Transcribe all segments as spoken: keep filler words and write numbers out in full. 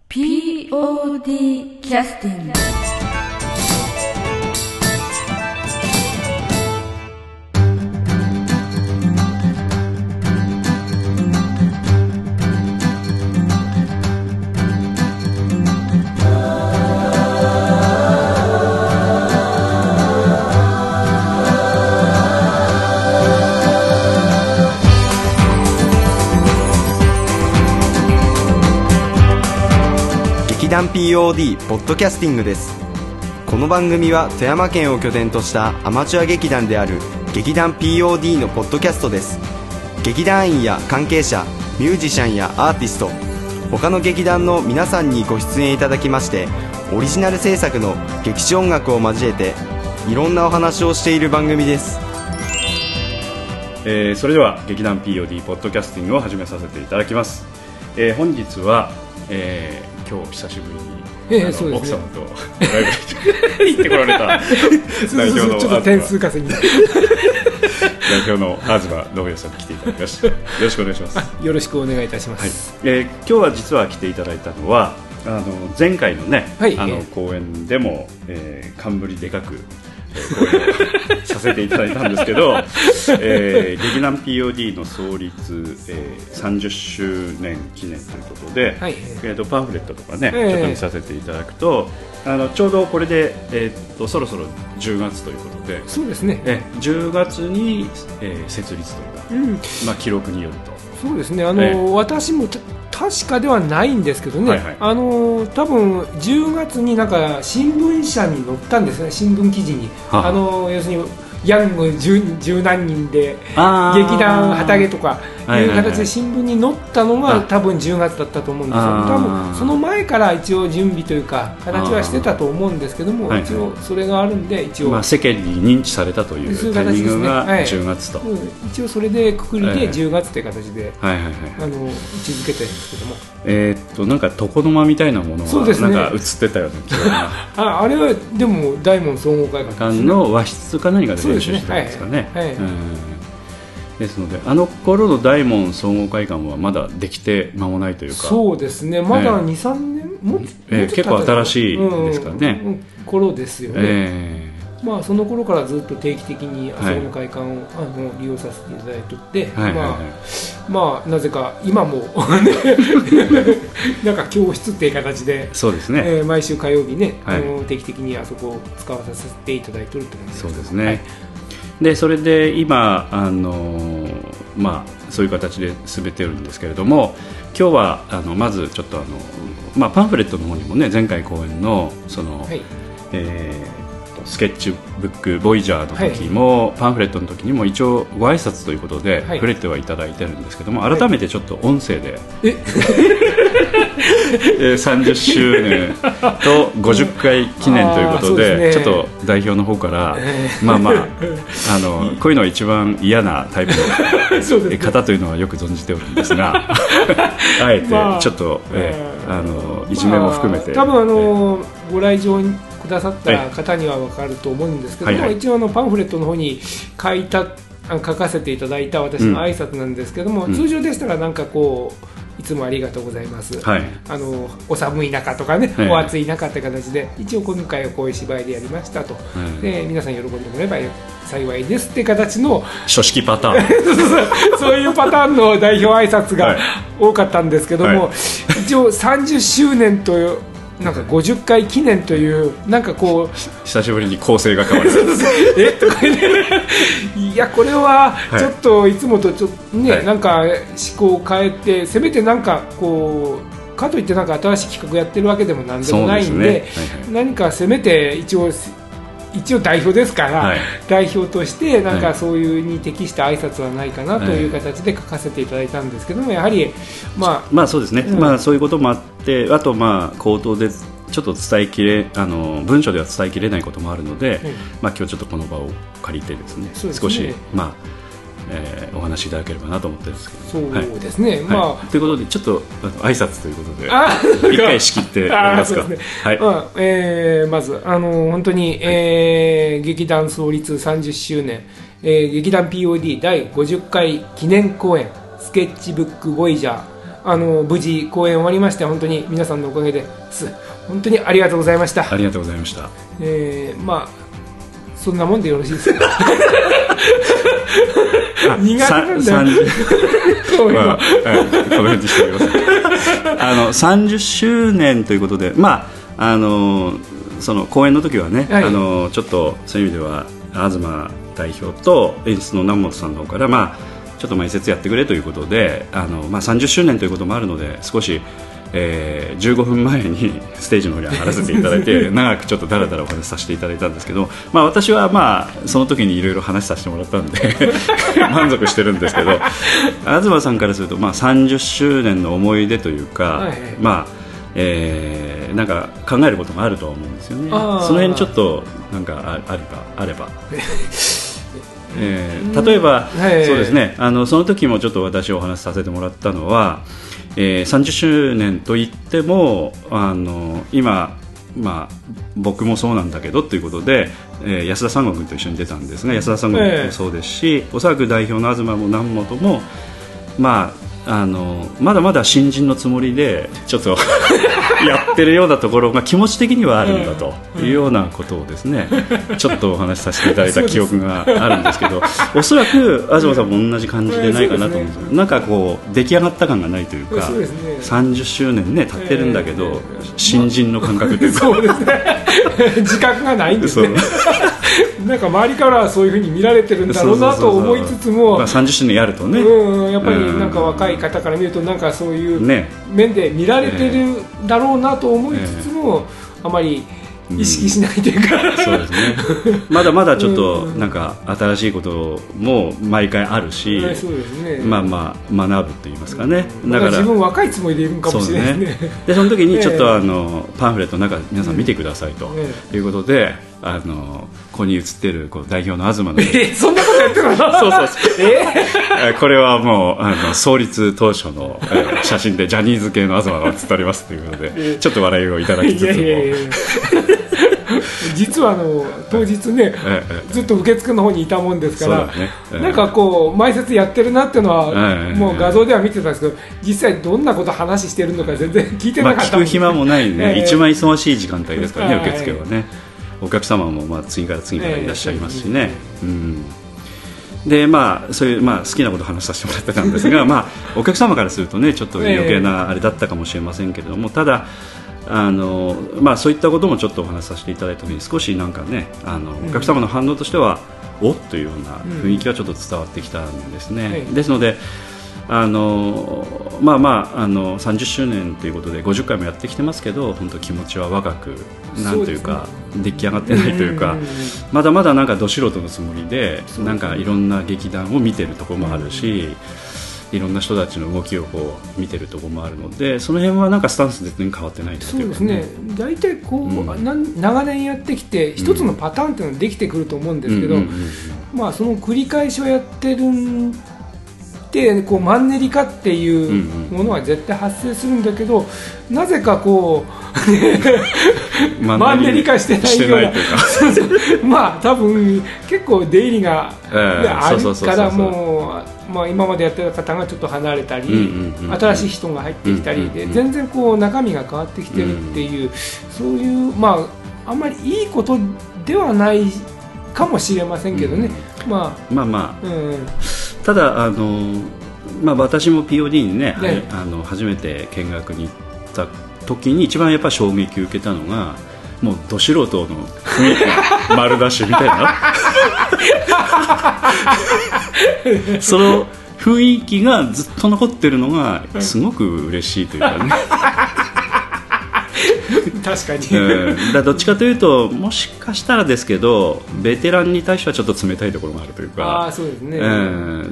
ピーオーディー キャスティング。 劇団 ピーオーディー ポッドキャスティングです。この番組は富山県を拠点としたアマチュア劇団である劇団 ピーオーディー のポッドキャストです。劇団員や関係者、ミュージシャンやアーティスト、他の劇団の皆さんにご出演いただきまして、オリジナル制作の劇中音楽を交えていろんなお話をしている番組です。 えー、それでは劇団 ピーオーディー ポッドキャスティングを始めさせていただきます。えー、本日は、えー今日久しぶりに、えーそうですね、奥様とライブに行ってこられた代表のちょっと点数稼ぎ代表の東信義さんに来ていただきました。よろしくお願いします。 よろしくお願いいたします。 はい、えー、今日は実は来ていただいたのはあの前回のね、はい、あの公演でも、えー、冠でかく講演をさせていただいたんですけど、えー、劇団 ピーオーディー の創立、えー、さんじゅっしゅうねん記念ということで、はい、えー、とパンフレットとかね、えー、ちょっと見させていただくと、あのちょうどこれで、えー、とそろそろじゅうがつということで、 そうですね、 えー、じゅうがつに、えー、設立というか、うん、まあ、記録によると。 そうですね、あの、えー、私も確かではないんですけどね、はいはい、あの多分じゅうがつになんか新聞社に載ったんですね、新聞記事に。はあの要するにヤング十何人で劇団旗揚げとかいう形で新聞に載ったのが多分じゅうがつだったと思うんですよ。多分その前から一応準備というか形はしてたと思うんですけども、一応それがあるんで、一応、 まあ、世間に認知されたというタイミングがじゅうがつと、 はい、一応それでくくりでじゅうがつという形で位置づけてるんですけども、 えー、っとなんか床の間みたいなものがなんか映ってたような気があ, あれはでも大門総合会館の和室か何かで練習してたんですかね。ですので、あの頃の大門総合会館はまだできて間もないというか、 そうですね、まだ に,さん 年、えー、も, もえー、結構新しいですからね、 うんうん、頃ですよね。 えーまあ、その頃からずっと定期的にあそこの会館を、はい、あの利用させていただいておって、はいはいはい、まあまあ、なぜか今もなんか教室っていう形で、 そうですね、 えー、毎週火曜日ね、はい、あの定期的にあそこを使わさせていただいていると思います。 そうですね、はい、でそれで今あの、まあ、そういう形で進めてるんですけれども、今日はあのまずちょっとあの、まあ、パンフレットの方にもね、前回公演のその、はい、えースケッチブックボイジャーの時も、はい、パンフレットの時にも一応ご挨拶ということで触れてはいただいてるんですけども、改めてちょっと音声で、はい、さんじゅっしゅうねんとごじゅっかい記念ということで、ね、ちょっと代表の方から、えー、まあまあ、あのこういうのが一番嫌なタイプの方というのはよく存じておるんですがあえてちょっと、えー、あのいじめも含めて、 まあ、多分あの、えー、ご来場にくださった方には分かると思うんですけども、はいはい、一応あのパンフレットの方に書いた書かせていただいた私の挨拶なんですけども、うん、通常でしたらなんかこういつもありがとうございます、はい、あのお寒い中とかね、はい、お暑い中って形で一応今回はこういう芝居でやりましたと、はい、で皆さん喜んでもらえば幸いですって形の書式パターンそういうパターンの代表挨拶が多かったんですけども、はい、一応さんじゅっしゅうねんというなんかごじゅっかい記念というなんかこう久しぶりに構成が変わるえとか、ね、いやこれはちょっといつもとちょっとね、はい、なんか思考を変えて、せめてなんかこうかといってなんか新しい企画やってるわけでもなんでもないん で, で、ね、はいはい、何かせめて一応一応代表ですから、はい、代表としてなんかそういうに適した挨拶はないかなという形で書かせていただいたんですけども、やはりまあまあそうですね、うん、まあそういうこともあって、あとまあ口頭でちょっと伝えきれあの文章では伝えきれないこともあるので、うん、まあ今日ちょっとこの場を借りてですね、そうですね、少しまあえー、お話しいただければなと思ってるんですけど、 そうですね、はい、まあ、 はい、ということでちょっと挨拶ということで一回仕切ってやりますか。 そうですね、はい、まあえー、まずあの本当に、えー、劇団創立さんじゅっしゅうねん、えー、劇団 ピーオーディー だいごじゅっかい記念公演スケッチブックボイジャーあの無事公演終わりまして、本当に皆さんのおかげです本当にありがとうございました。 ありがとうございました。 えー、まあそんなもんでよろしいですか。苦手なんだよ。 まあ、この辺にしておきます。あのさんじゅっしゅうねんということで、まああのその公演の時はね、はい、あのちょっとそういう意味では東代表と演出の南本さんの方から、まあ、ちょっと前説やってくれということで、あの、まあ、さんじゅっしゅうねんということもあるので少し、えー、じゅうごふんまえにステージの方に上がらせていただいて長くちょっとだらだらお話しさせていただいたんですけど、まあ、私は、まあ、その時にいろいろ話させてもらったんで満足してるんですけど、東さんからすると、まあ、さんじゅっしゅうねんの思い出というか、はい、まあえー、なんか考えることがあるとは思うんですよね。その辺ちょっとなんかあればあればえー、例えば、はい、そうですね、あのその時もちょっと私お話しさせてもらったのは、えー、さんじゅっしゅうねんといってもあの今、まあ、僕もそうなんだけどということで、えー、安田三郷君と一緒に出たんですが、安田三郷君もそうですし、えー、おそらく代表の東も南本も、まああのまだまだ新人のつもりでちょっとやってるようなところが気持ち的にはあるんだというようなことをですね、ちょっとお話しさせていただいた記憶があるんですけど、おそらく東さんも同じ感じでないかなと思うんですよ。なんかこう出来上がった感がないというか、そうですね、さんじゅっしゅうねんね経ってるんだけど、えー、新人の感覚というか、 そうですね自覚がないんですね。なんか周りからそういうふうに見られてるんだろうなと思いつつも、 まあ、さんじゅっしゅうねんやるとね、 うん、やっぱりなんか若い方から見るとなんかそういう面で見られてるだろうなと思いつつも、あまり意識しないというか、うん、 そうですね、まだまだちょっとなんか新しいことも毎回あるし、 うん、そうですね、 まあまあ学ぶと言いますかね、 うん、だから自分若いつもりでいるかもしれないですね。 そうね、でその時にちょっとあのパンフレットの中皆さん見てくださいということで、あのここに写っているこう代表の東の、 えー、そんなことやってるのそうそうそう、えー、これはもうあの創立当初の、えー、写真でジャニーズ系の東が写っておりますということで、えー、ちょっと笑いをいただきつつも、いやいやいや実はあの当日ね、えー、ずっと受付の方にいたもんですから、ね、えー、なんかこう前説やってるなっていうのは、えー、もう画像では見てたんですけど、実際どんなこと話してるのか全然聞いてなかった、 まあ、聞く暇もないね、えー、一番忙しい時間帯ですからね、受付はね、お客様もまあ次から次からいらっしゃいますしね、えーうん、でまあそういう、まあ、好きなことを話させてもらってたんですが、まあ、お客様からするとねちょっと余計なあれだったかもしれませんけれども、ただあの、まあ、そういったこともちょっとお話しさせていただいた時に少しなんかね、あのお客様の反応としては、うん、おっというような雰囲気はちょっと伝わってきたんですね、うん、ですのであのまあまあ、あのさんじゅっしゅうねんということでごじゅっかいもやってきてますけど、本当気持ちは若くなんというか出来上がってないというか、まだまだなんかど素人のつもりでなんかいろんな劇団を見てるところもあるし、いろんな人たちの動きをこう見てるところもあるので、その辺はなんかスタンス全然変わってないというか、ね、そうですね、大体こう、うん、長年やってきて一つのパターンっていうのができてくると思うんですけど、まあその繰り返しをやってるんでこうマンネリ化っていうものは絶対発生するんだけど、うん、なぜかこうマンネリ化してないようなまあ多分結構出入りが、えー、あるからもう、まあ、今までやってた方がちょっと離れたり、うんうんうん、新しい人が入ってきたりで、うんうんうん、全然こう中身が変わってきてるっていう、うん、そういうまああんまりいいことではないかもしれませんけどね、うん、まあまあまあ、うん、ただあの、まあ、私も ピーオーディー にね、ね、あの初めて見学に行った時に一番やっぱ衝撃を受けたのが、もうど素人の雰囲気丸出しみたいなその雰囲気がずっと残ってるのがすごく嬉しいというかね確かに、 うん、だどっちかというともしかしたらですけどベテランに対してはちょっと冷たいところがあるというか、 あ、そうですね、 うん、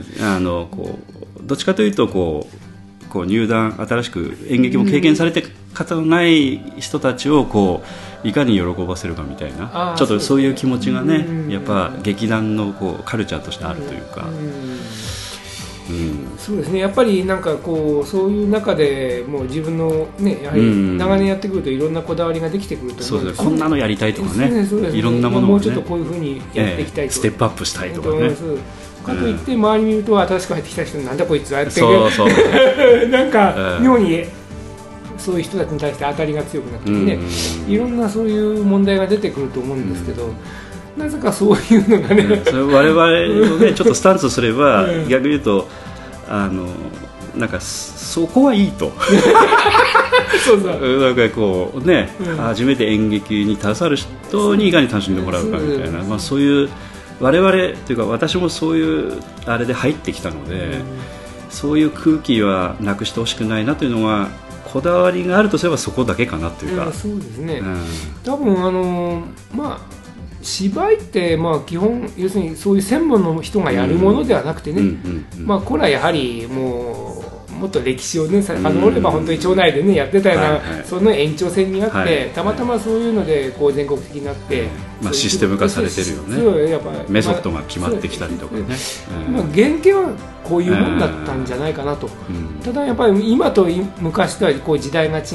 あのこうどっちかというとこうこう入団新しく演劇も経験されて方のない人たちをこういかに喜ばせるかみたいな、ちょっとそういう気持ちがね、やっぱ劇団のこうカルチャーとしてあるというか、 うん、そうですね、やっぱりなんかこうそういう中でもう自分のね、やはり長年やってくるといろんなこだわりができてくると思うんです、 そうです、こんなのやりたいとかね、ね、いろんなものを、ね、 もうちょっとこういうふうにやっていきたいと、 えー、ステップアップしたいとかね、 かといって周り見ると新しく入ってきた人なんだこいつはってそうそうなんか妙にそういう人たちに対して当たりが強くなってね、いろんなそういう問題が出てくると思うんですけど、うん、なぜかそういうのがね、 うん、それ我々のねちょっとスタンスすれば、うん、逆に言うとあのなんかそこはいいとそうそうなんかこうね、うん、初めて演劇に携わる人にいかに楽しんでもらうかみたいな、まあ、そういう我々というか私もそういうあれで入ってきたので、うん、そういう空気はなくしてほしくないなというのはこだわりがあるとすればそこだけかなというか、 うん、そうですね、うん、多分あのまあ芝居ってまあ基本要するにそういう専門の人がやるものではなくてね、まあこれはやはりもうもっと歴史をね遡れば本当に町内でねやってたような、はいはい、その延長線にあって、はい、たまたまそういうのでこう全国的になって、はいまあ、システム化されてるよね。やっぱメソッドが決まってきたりとかね、 まあ、原型はこういうもんだったんじゃないかなと、うん、ただやっぱり今と昔とはこう時代が違って、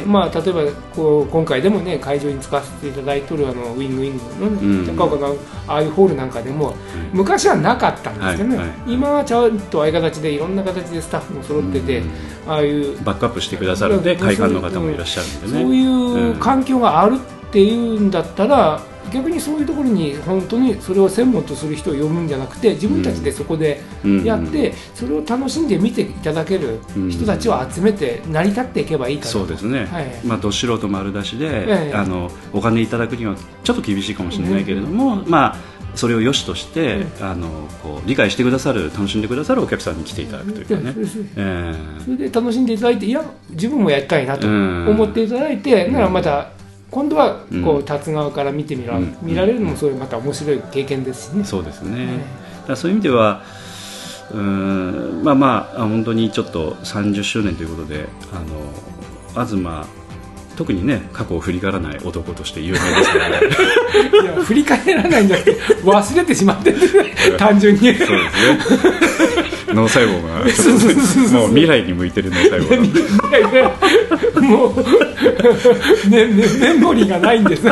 うんまあ、例えばこう今回でもね会場に使わせていただいているあのウィングウィングの、ねうん、高岡がああいうホールなんかでも、うん、昔はなかったんですけどね、はいはい、今はちゃんとああいう形でいろんな形でスタッフも揃ってて、うん、ああいうバックアップしてくださるんで会館の方もいらっしゃるんでね、 そういう環境があるっていうんだったら逆にそういうところに本当にそれを専門とする人を呼ぶんじゃなくて自分たちでそこでやってそれを楽しんで見ていただける人たちを集めて成り立っていけばいいかなと。 そうですね、はいまあ、ど素人丸出しで、ええ、あのお金いただくにはちょっと厳しいかもしれないけれども、えまあ、それを良しとして、えあのこう理解してくださる楽しんでくださるお客さんに来ていただくというかね、 ええ、それで楽しんでいただいていや自分もやりたいなと思っていただいて、うん、ならまた今度はこう立つ側から見てみら、うん、見られるのもそういうまた面白い経験ですしね。 そうですね、はい、だからそういう意味ではうーんまあまあ本当にちょっとさんじゅっしゅうねんということであの東特にね過去を振り返らない男として有名ですからねいや振り返らないんじゃなくて忘れてしまってる単純にそうですね脳細胞がもう未来に向いてる脳細胞がもう、ねね、メモリーがないんです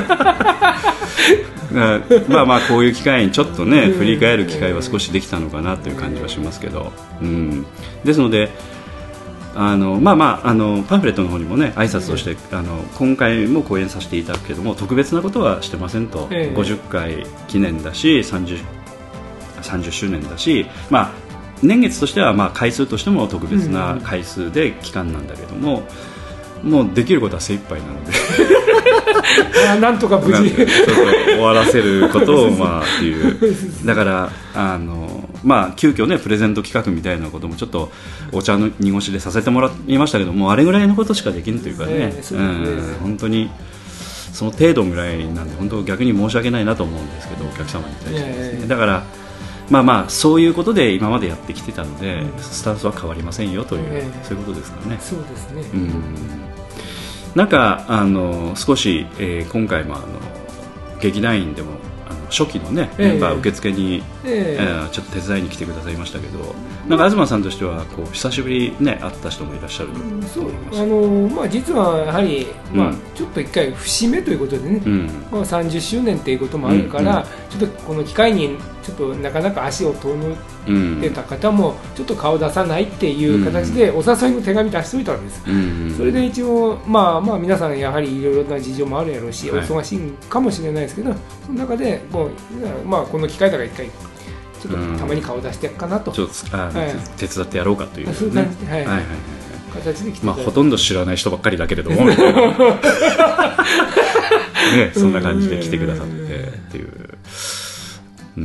まあまあこういう機会にちょっとね振り返る機会は少しできたのかなという感じはしますけど、うん、ですのであのまあまああのパンフレットの方にもね挨拶として、あの今回も講演させていただくけども特別なことはしてませんと、ええ、ごじゅっかい記念だしさんじゅっしゅうねんだし、まあ、年月としてはまあ回数としても特別な回数で期間なんだけども、うん、もうできることは精一杯なのでなんとか無事ちょっと終わらせることをまあっていうだからあのまあ急遽ねプレゼント企画みたいなこともちょっとお茶の濁しでさせてもらいましたけどもあれぐらいのことしかできんというかね、えーうん、本当にその程度ぐらいなんで本当逆に申し訳ないなと思うんですけどお客様に対してですね、えー、だからまあまあそういうことで今までやってきてたので、うん、スタンスは変わりませんよという、えー、そういうことですかね。 そうですね、 うん、なんかあの少し、えー、今回もあの劇団員でもあの初期のねメンバー受付に、えーえー、ちょっと手伝いに来てくださいましたけど、なんか東さんとしてはこう久しぶりね会った人もいらっしゃると思います、うん、そうあの、まあ、実はやはり、まあ、ちょっと一回節目ということでね、うんまあ、さんじゅっしゅうねんということもあるから、うんうん、ちょっとこの機会にちょっとなかなか足を遠のいてた方もちょっと顔出さないっていう形でお誘いの手紙出しておいたんです、うんうん、それで一応、まあ、まあ皆さんやはりいろいろな事情もあるやろうし、はい、お忙しいかもしれないですけどその中でこう、まあ、この機会だから一回ちょっとたまに顔出してやっかなと、うん、ちょっとあ、はい、 手伝ってやろうかという、ね、 そういう感じで、はいはいはいはい、形で来て、 まあ、ほとんど知らない人ばっかりだけれどもね、そんな感じで来てくださってっていう、うん、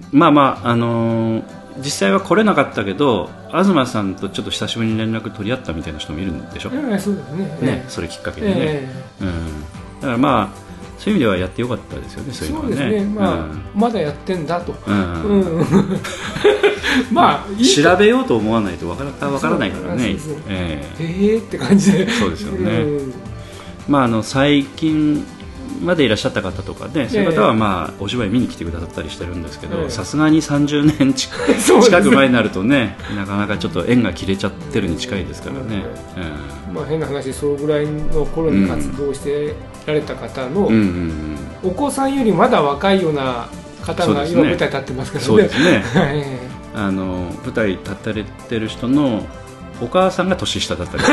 まあまあ、あのー、実際は来れなかったけど東さんとちょっと久しぶりに連絡取り合ったみたいな人もいるんでしょ、えー、そうですね、ね、えー、それきっかけでね、えーうん、だからまあそういう意味ではやってよかったですよね。そういうのはね。そうですね。まあ、うん、まだやってんだと。うんうん、まあいい調べようと思わないとわからわからないからね。 えー、えーって感じで。 そうですよね。うん、まああの最近までいらっしゃった方とかね、そういう方はまあお芝居見に来てくださったりしてるんですけど、さすがにさんじゅうねん近く前になるとね、なかなかちょっと縁が切れちゃってるに近いですからね。 うん、まあ変な話、そのぐらいの頃に活動してられた方のお子さんよりまだ若いような方が今舞台立ってますからね。 そうですねあの舞台立たれてる人のお母さんが年下だったり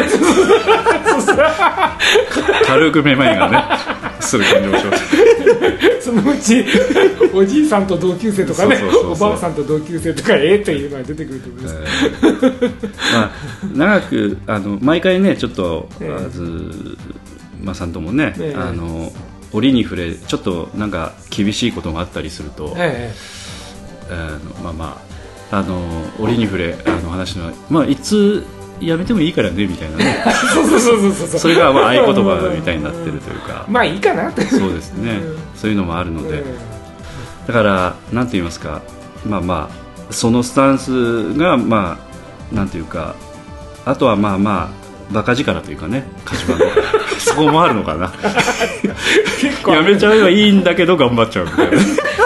軽くめまいがねする感じもしますそのうちおじいさんと同級生とかね、そうそうそうそう、おばあさんと同級生とかええというのが出てくると思います、えーまあ、長くあの毎回ねちょっと、えー、ずまさんともね、えー、あの折に触れちょっとなんか厳しいことがあったりすると、えー、あのまあまああの折に触れあの話の、まあ、いつやめてもいいからねみたいなねそうそうそうそうそう、 それがまあ合言葉みたいになってるというかまあいいかなってそうですね、そういうのもあるので、だからなんて言いますか、まあまあそのスタンスがまあなんていうか、あとはまあまあバカ力というかね、鹿島のそこもあるのかな結構やめちゃえばいいんだけど頑張っちゃうみたいな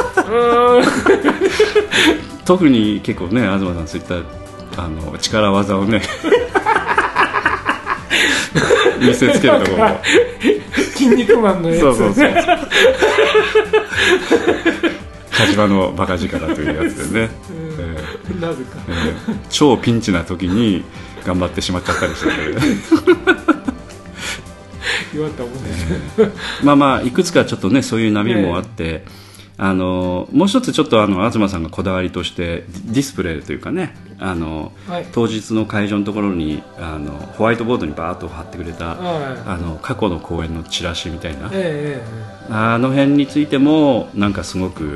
特に結構ね東さんそういったあの力技をね見せつけるところも筋肉マンのやつ、そうそうそう鹿島のバカ力というやつでね、 えー、なぜか、 えー、超ピンチな時に頑張ってしまっちゃったりしてる弱ったもんです、 えー、まあまあいくつかちょっとねそういう波もあって、えーあのもう一つちょっとあの東さんがこだわりとしてディスプレイというかね、あの、はい、当日の会場のところにあのホワイトボードにバーッと貼ってくれた、はい、あの過去の公演のチラシみたいな、えー、あの辺についてもなんかすごく、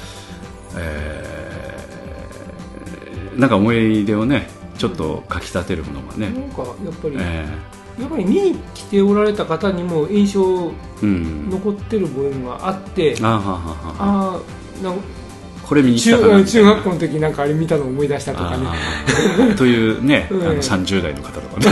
えー、なんか思い出をねちょっとかき立てるものがね、 なんかやっぱり、えーやっぱり見に来ておられた方にも印象残ってる部分があって、うん、ああなんかこれ見に来たかな中、中学校の時なんかあれ見たのを思い出したとかねというね、うん、あのさんじゅう代の方とかね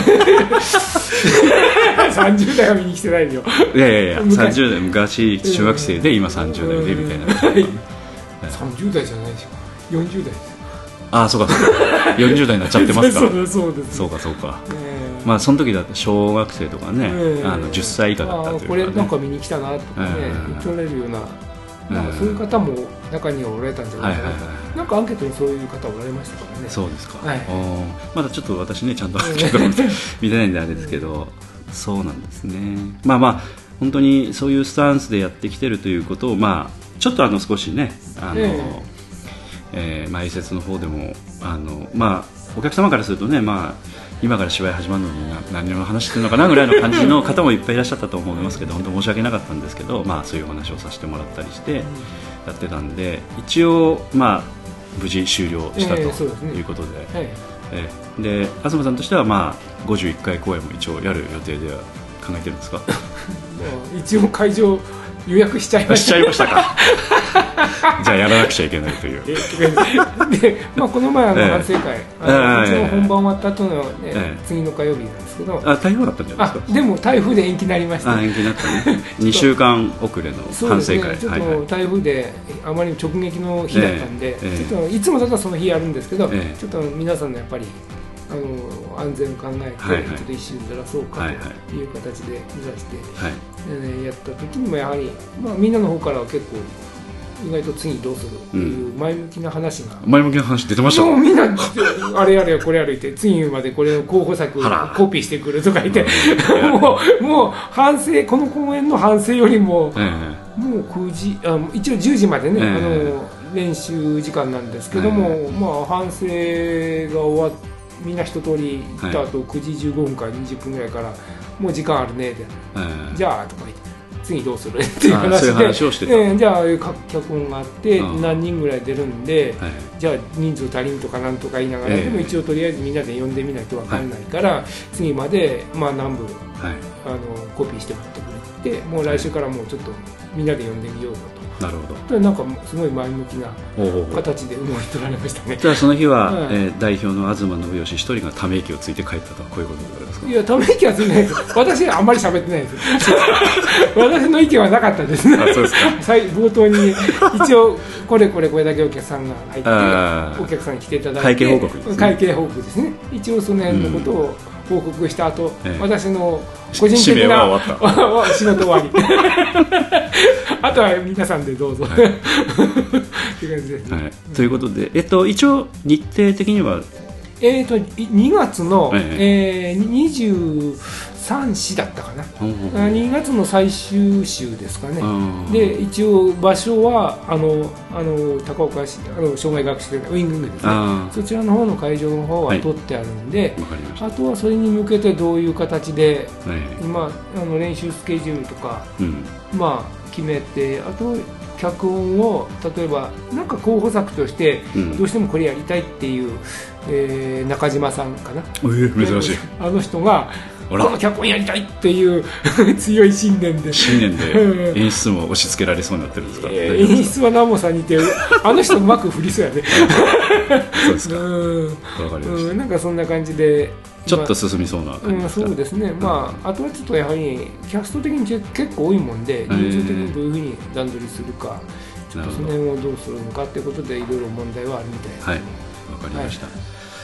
さんじゅう代は見に来てないよ。 いやいやいやさんじゅう代昔中学生で今さんじゅう代でみたいな、うん、 さんじゅう代じゃないでしょ、よんじゅう代です。 ああそうかよんじゅう代になっちゃってますかそうそうです、ね、 そうかそうか、えー、まあその時だって小学生とかね、えー、あのじゅっさい以下だったというか、ね、 これなんか見に来たなとかね、えー、言っておられるような、なんかそういう方も中にはおられたんじゃないかな、はいはいはい、なんかアンケートにそういう方おられましたからね。 そうですか、 はい、 まだちょっと私ねちゃんとアンケート見てないんであれですけどそうなんですね。まあまあ本当にそういうスタンスでやってきてるということを、まあちょっとあの少しねあの、えーえー、前説の方でもあの、まあ、お客様からするとね、まあ、今から芝居始まるのに何の話してるのかなぐらいの感じの方もいっぱいいらっしゃったと思いますけど本当申し訳なかったんですけど、まあ、そういうお話をさせてもらったりしてやってたんで一応、まあ、無事終了したということで、えーねえー、で東さんとしては、まあ、ごじゅういっかい公演も一応やる予定では考えてるんですか一応会場予約しちゃいました。 しちゃいましたかじゃあやらなくちゃいけないというで、まあ、この前あの反省会、えー、うちの本番終わった後の、ねえー、次の火曜日なんですけど、 あ台風だったんじゃないですか。 でも台風で延期になりました、ね、 あ延期になったねにしゅうかん遅れの反省会、 ね、ちょっと台風であまり直撃の日だったんで、えーえー、ちょっといつもだったらその日やるんですけど、えー、ちょっと皆さんのやっぱりあの安全を考えて、はいはい、ちょっと一瞬ずらそうかという形で目指して、はいえー、やった時にもやはり、まあ、みんなの方からは結構意外と次どうするっていう前向きな話が、 うん、前向きな話出てましたもうみんなあれやれこれやれって次までこれの候補作コピーしてくるとか言ってもう、もう反省この公演の反省よりも、えー、もうくじあ一応じゅうじまでね、えー、あの練習時間なんですけども、えー、まあ反省が終わってみんな一通り行った後、はい、くじじゅうごふんからにじゅっぷんぐらいからもう時間あるねって、えー、じゃあとか言って次どうするっていう話で、そういう話をしてた、えー、じゃあ脚本があって何人ぐらい出るんで、はい、じゃあ人数足りんとかなんとか言いながら、えー、でも一応とりあえずみんなで呼んでみないと分かんないから、はい、次まで、まあ、何部、はい、あのコピーしてもらってくれてもう来週からもうちょっとみんなで呼んでみようよと。 なるほど。 なんかすごい前向きな形で動いておられましたね。 じゃあその日は、はいえー、代表の東信義一人がため息をついて帰ったとこういうことですか。 いやため息はついてないです私はあんまり喋ってないです私の意見はなかったですね。あそうですか冒頭に一応これこれこれだけお客さんが入ってお客さんに来ていただいて会計報告ですね。 会計報告ですね。一応その辺のことを報告した後、 ええ、 私の個人的な仕事終わりあとは皆さんでどうぞ、はい、って感じです、ね、はい、 ということで、えっと、一応日程的にはえーとにがつの、えええー、にじゅうさんしだったかな、うん、にがつの最終週ですかね、うん、で一応場所はあのあの高岡市あの障害学習ウィングですね、そちらの方の会場の方は取ってあるんで、はい、あとはそれに向けてどういう形で、はい、今あの練習スケジュールとか、うん、まあ決めて、あと脚本を例えばなんか候補作としてどうしてもこれやりたいっていう、うん、えー、中島さんかな、 えー、珍しいあの人がこの脚本やりたいっていう強い信念で信念で演出も押し付けられそうになってるんですか、 えー、演出は南本さんにいてあの人うまく振りそうやねそうですか、うん、分かりました、 うん、なんかそんな感じでちょっと進みそうな感じですか、 うん、そうですね、まあ、あとはちょっとやはりキャスト的に結構多いもんで、人数的にどういうふうに段取りするか、ちょっとその辺をどうするのかということでいろいろ問題はあるみたいです、ね、 はい、わかりました、はい、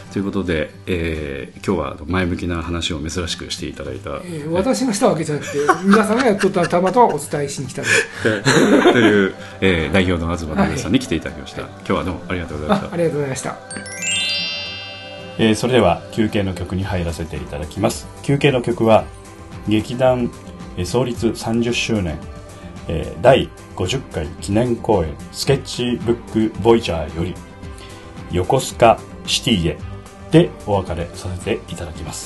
ということで、えー、今日は前向きな話を珍しくしていただいた、 えー、私がしたわけじゃなくて皆さんがやっとったたまたまお伝えしに来たのでという、えー、代表の東直さんに来ていただきました、はい、今日はどうもありがとうございました。 あ, ありがとうございました。 えー、それでは休憩の曲に入らせていただきます。休憩の曲は劇団、えー、創立さんじゅっしゅうねん、えー、だいごじゅっかい記念公演スケッチブックボイジャーより横須賀シティへでお別れさせていただきます。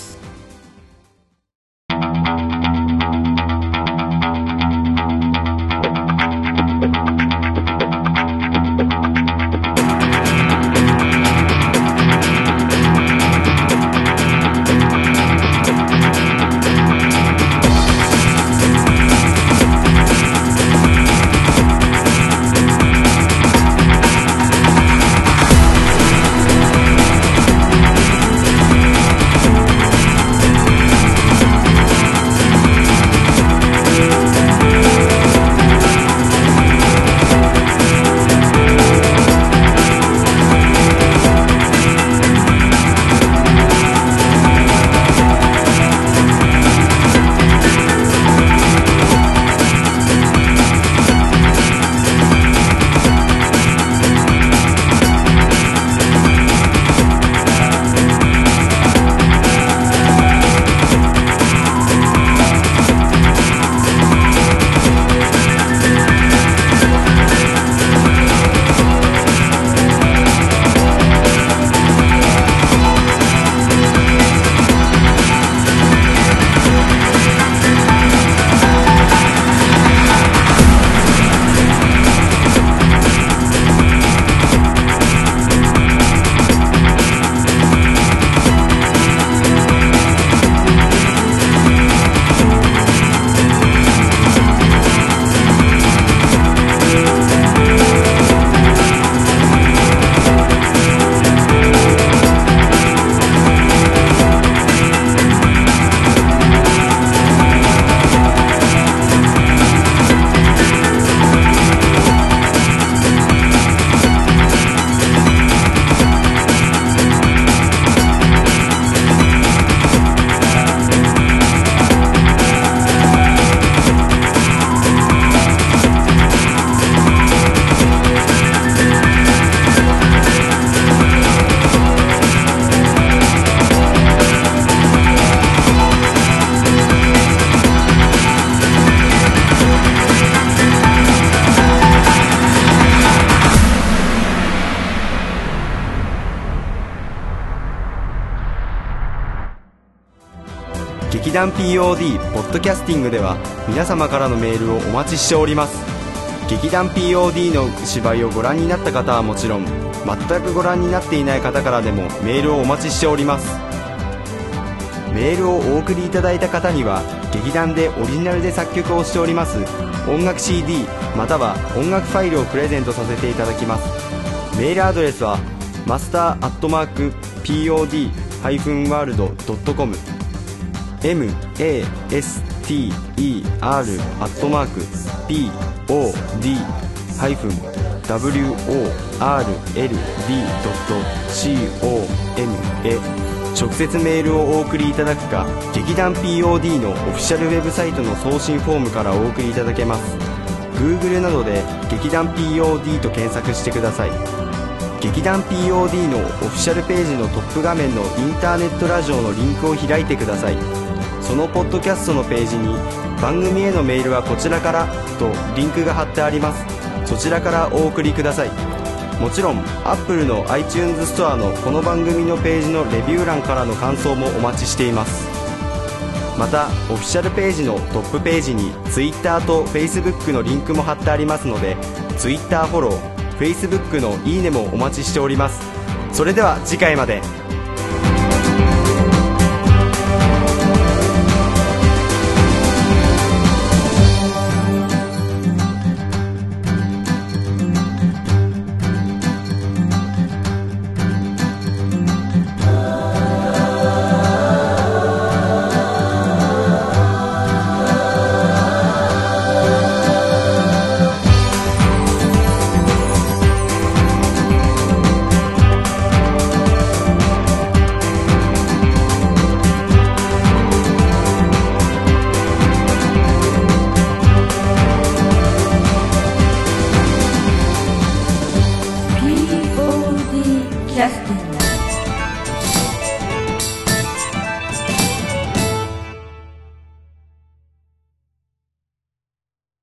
劇団 ピーオーディー ポッドキャスティングでは皆様からのメールをお待ちしております。劇団 ピーオーディー の芝居をご覧になった方はもちろん、全くご覧になっていない方からでもメールをお待ちしております。メールをお送りいただいた方には劇団でオリジナルで作曲をしております音楽 シーディー または音楽ファイルをプレゼントさせていただきます。メールアドレスはマスターアットマーク ピーオーディー ハイフンワールドドットコム マスター アットマーク ピーオーディー ハイフン ワールド ドットコム へ直接メールをお送りいただくか、劇団 ピーオーディー のオフィシャルウェブサイトの送信フォームからお送りいただけます。 Google などで劇団 ピーオーディー と検索してください。劇団 ピーオーディー のオフィシャルページのトップ画面のインターネットラジオのリンクを開いてください。そのポッドキャストのページに番組へのメールはこちらからとリンクが貼ってあります。そちらからお送りください。もちろん Apple の iTunes ストアのこの番組のページのレビュー欄からの感想もお待ちしています。またオフィシャルページのトップページに Twitter と Facebook のリンクも貼ってありますので、 Twitter フォロー、Facebook のいいねもお待ちしております。それでは次回まで。 ピーオーディー キャスティング